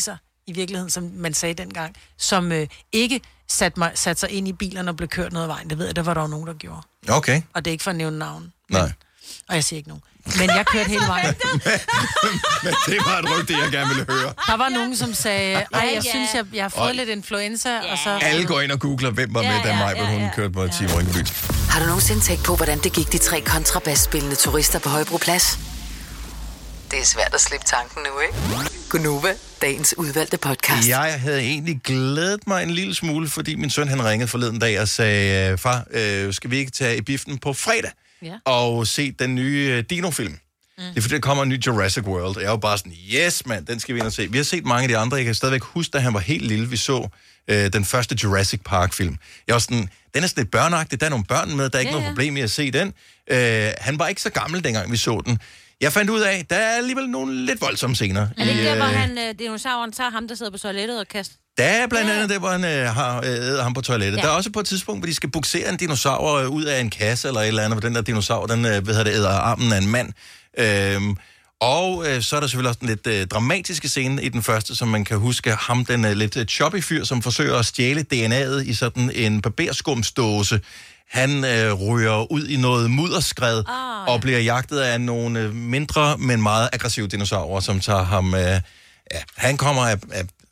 i virkeligheden, som man sagde dengang, som ikke satte sig ind i bilerne og blev kørt ned ad vejen. Det ved jeg, der var der jo nogen, der gjorde. Okay. Og det er ikke for at nævne navn. Nej. Og jeg siger ikke nogen. Men jeg kørte hele vejen. Men det var et rygte, jeg gerne ville høre. Der var nogen, som sagde, jeg synes, jeg har fået lidt influenza, og så... Alle går ind og googler, hvem var med, da Maj, hun kørte på Team Rynkeby. Har du nogensinde tænkt på, hvordan det gik de 3 kontrabasspillende turister på Højbroplads? Det er svært at slippe tanken nu, ikke? Gunova, dagens udvalgte podcast. Jeg havde egentlig glædet mig en lille smule, fordi min søn han ringede forleden dag og sagde, far, skal vi ikke tage i biffen på fredag og se den nye Dino-film? Det er fordi, der kommer en ny Jurassic World. Jeg er jo bare sådan, yes mand, den skal vi ind og se. Vi har set mange af de andre. Jeg kan stadigvæk huske, da han var helt lille, vi så den første Jurassic Park-film. Jeg var sådan, den er sådan lidt børneagtig, der er nogle børn med, der er ikke noget problem i at se den. Han var ikke så gammel, dengang vi så den. Jeg fandt ud af, der er alligevel nogle lidt voldsomme scener. Er det der, hvor dinosauren tager ham, der sidder på toilettet og kaster? Der er blandt andet der, hvor han har æder ham på toilettet. Der er også på et tidspunkt, hvor de skal buksere en dinosaur ud af en kasse eller et eller andet, hvor den der dinosaur, den æder armen af en mand. Og så er der selvfølgelig også en lidt dramatiske scene i den første, som man kan huske. Ham, den lidt choppy fyr, som forsøger at stjæle DNA'et i sådan en barberskumsdåse. Han ryger ud i noget mudderskred og bliver jagtet af nogle mindre, men meget aggressive dinosaurer, som tager ham... han kommer af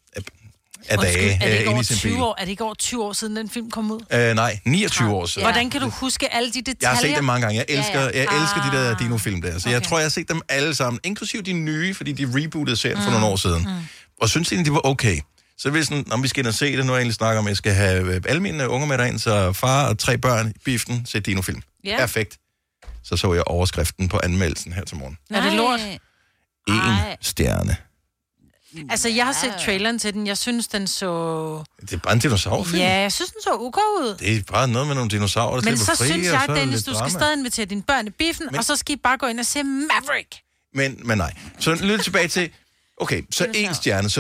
dage ind i sin bil. Er det ikke over 20 år siden, den film kom ud? Nej, 29 år siden. Hvordan kan du huske alle de detaljer? Jeg har set dem mange gange. Jeg elsker de der dino-film der. Så jeg tror, jeg har set dem alle sammen, inklusive de nye, fordi de rebootede serien for nogle år siden. Og synes egentlig, de var okay. Så hvis vi skal ind og se det, nu er jeg egentlig snakker om, at jeg skal have alle mine unger med derind, så far og 3 børn i biffen, se dinofilm. Perfekt. Så jeg overskriften på anmeldelsen her til morgen. Er det lort? 1 stjerne. Altså, jeg har set traileren til den. Jeg synes, den så... Det er bare en dinosaurfilm. Ja, jeg synes, den så okay ud. Det er bare noget med nogle dinosaurer, der men slipper fri. Men så synes jeg, Dennis, du skal stadig invitere dine børn i biffen, og så skal I bare gå ind og se Maverick. Men nej. Så lidt tilbage til... Okay, så 1 stjerne.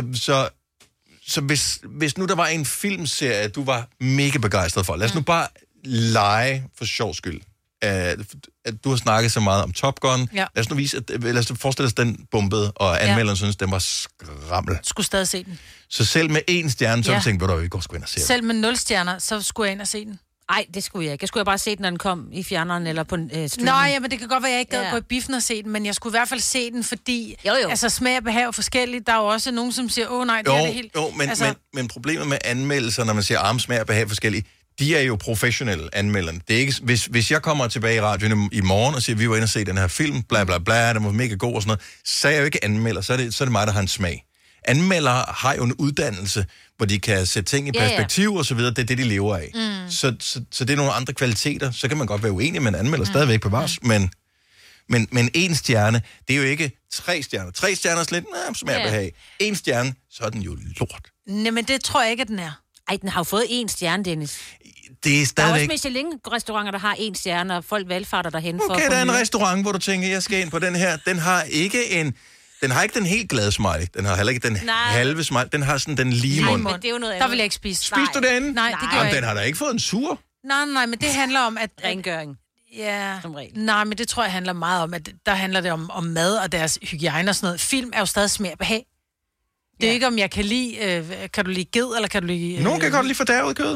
Så hvis nu der var en filmserie, du var mega begejstret for, lad os nu bare lege for sjov skyld. At du har snakket så meget om Top Gun. Ja. Lad os forestille os, den bombede, og anmelderen synes, den var skrammel. Skulle stadig se den. Så selv med 1 stjerne, så tænkte du, at vi går sgu ind og se den. Selv med 0 stjerner, så skulle jeg ind og se den. Nej, det skulle jeg ikke. Jeg skulle bare se den, når den kom i fjerneren eller på streaming. Nej, men det kan godt være, jeg ikke gad gå i biffen og se den, men jeg skulle i hvert fald se den, fordi altså, smag og behag er forskelligt. Der er jo også nogen, som siger, nej, det er det helt... Men problemet med anmeldelser, når man siger, smag og behag er forskelligt, de er jo professionelle anmelderne. Det er ikke, hvis jeg kommer tilbage i radioen i morgen og siger, at vi var inde og se den her film, bla bla bla, den var mega god og sådan noget, så er jeg jo ikke anmelder, så er det mig, der har en smag. Anmeldere har jo en uddannelse, hvor de kan sætte ting i perspektiv og så videre. Det er det, de lever af. Så det er nogle andre kvaliteter. Så kan man godt være uenig, men anmelder stadigvæk på vars. Men 1 stjerne, det er jo ikke 3 stjerner. 3 stjerner er slet smag og behag. 1 stjerne, så er den jo lort. Nej, men det tror jeg ikke, at den er. Ej, den har jo fået 1 stjerne, Dennis. Det er stadigvæk... Der er også Michelin-restauranter, der har 1 stjerne, og folk valgfarter derhen for... Okay, der er en restaurant, hvor du tænker, jeg skal ind på den her. Den har ikke den helt glade smiley. Den har heller ikke den halve smiley. Den har sådan den lige mund. Men det er jo noget der vil jeg ikke spise. Spiste du den? Nej, det gør jeg ikke. Den har da ikke fået en sur. Nej, men det handler om, at... Rengøring. Ja. Nej, men det tror jeg handler meget om, at der handler det om mad og deres hygiejne og sådan noget. Film er jo stadig smag og behag. Det er ikke, om jeg kan lide... kan du lide ged, eller kan du lide... Nogen kan godt lide fordærvet kød.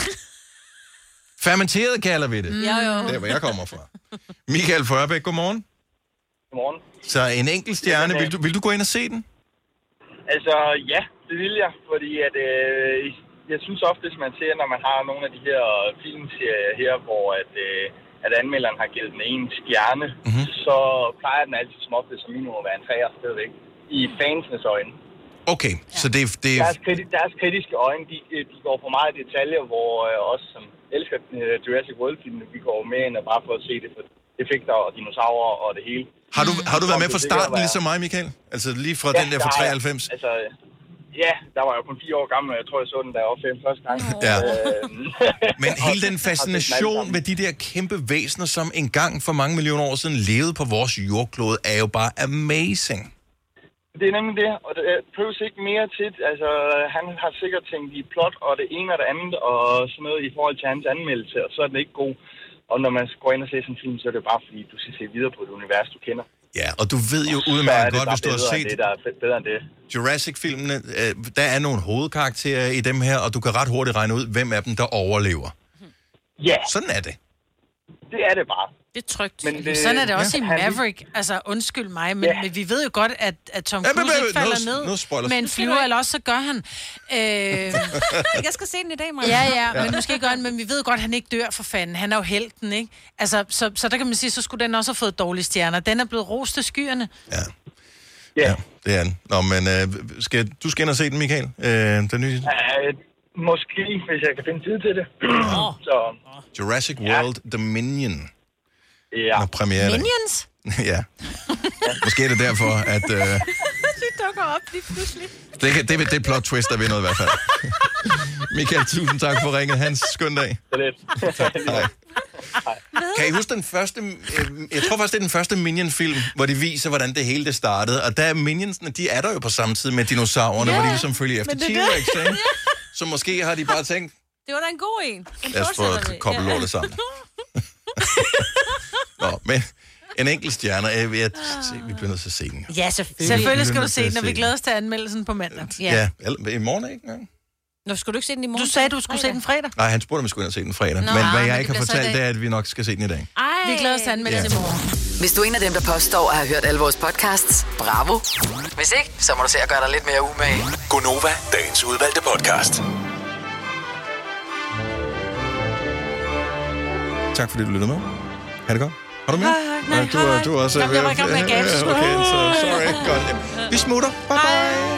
Fermenteret kalder vi det. Jo. Det er, hvor jeg kommer fra. Michael Førbæk, godmorgen. Godmorgen. Så en enkelt stjerne, vil du gå ind og se den? Altså, ja, det vil jeg, fordi at, jeg synes ofte, man ser, når man har nogle af de her filmserier her, hvor at anmelderen har givet den 1 stjerne, så plejer den altid som ofte som minimum at være en 3'er stadigvæk, i fansenes øjne. Okay, så det... Deres kritiske øjne, de går for meget detaljer, hvor os som elsker Jurassic World-filmen, vi går med ind og bare for at se det for effekter og dinosaurer og det hele. Har du været med fra starten, ligesom mig, Michael? Altså lige fra den der fra 93? Altså, ja, der var jeg kun 4 år gammel, og jeg tror, jeg så den der op første gang. Ja. Men hele den fascination med de der kæmpe væsener, som engang for mange millioner år siden levede på vores jordklode, er jo bare amazing. Det er nemlig det, og det prøves ikke mere til. Altså, han har sikkert tænkt i plot og det ene og det andet, og sådan noget i forhold til hans anmeldelse, og så er den ikke god. Og når man går ind og ser sådan en film, så er det bare fordi, du skal se videre på et univers, du kender. Ja, og du ved jo udmærket godt, hvis du har set det, der er bedre end det. Jurassic-filmene, der er nogle hovedkarakterer i dem her, og du kan ret hurtigt regne ud, hvem af dem, der overlever. Ja. Sådan er det. Det er det bare. Det er trygt. Men det, sådan er det også i Maverick. Altså, undskyld mig, men vi ved jo godt, at Tom Cruise ikke falder ned med en flyver, eller også så gør han. Jeg skal se den i dag, Maja. Ja, men måske gør han, men vi ved godt, at han ikke dør for fanden. Han er jo helten, ikke? Altså, så der kan man sige, så skulle den også have fået dårlige stjerner. Den er blevet rost til skyerne. Ja, det er den. Nå, men du skal ind og se den, Michael? Den nye? Måske, hvis jeg kan finde tid til det. Så. Jurassic World Dominion. Ja. Premiere Minions? Ja. Måske er det derfor, at... De dukker op lige pludselig. Det er plot twist, der vinder i hvert fald. Michael, tusind tak for ringet. Hans, skøn dag. Det er lidt. Hej. Kan I huske den første... Jeg tror faktisk, det er den første Minion-film, hvor de viser, hvordan det hele det startede. Og der er Minionsene, de er der jo på samme tid med dinosaurerne, hvor de ligesom følger efter T-Rex, ikke? Så måske har de bare tænkt... Det var da en god en. Lad os få koble lortet sammen. Nå, men en enkelt stjerne. Vi bliver nødt til at se den. Ja, selvfølgelig skal du se den, og vi glæder os til anmeldelsen på mandag. Ja, i morgen ikke engang. Nå, skulle du ikke se den i morgen? Du sagde, du skulle se den fredag. Nej, han spurgte, om vi skulle ind og se den fredag. Men hvad jeg ikke har fortalt, det er, at vi nok skal se den i dag. Vi glæder os til anmeldelsen i morgen. Hvis du er en af dem, der påstår at have hørt alle vores podcasts, bravo. Hvis ikke, så må du se at gøre dig lidt mere umage. Gonova, dagens udvalgte podcast. Tak fordi du lyttede med. Ha' det godt. Har du med? Nej, du er også... Jeg var i gang med at gabe, så okay, så sorry. Godt. Vi smutter. Bye bye.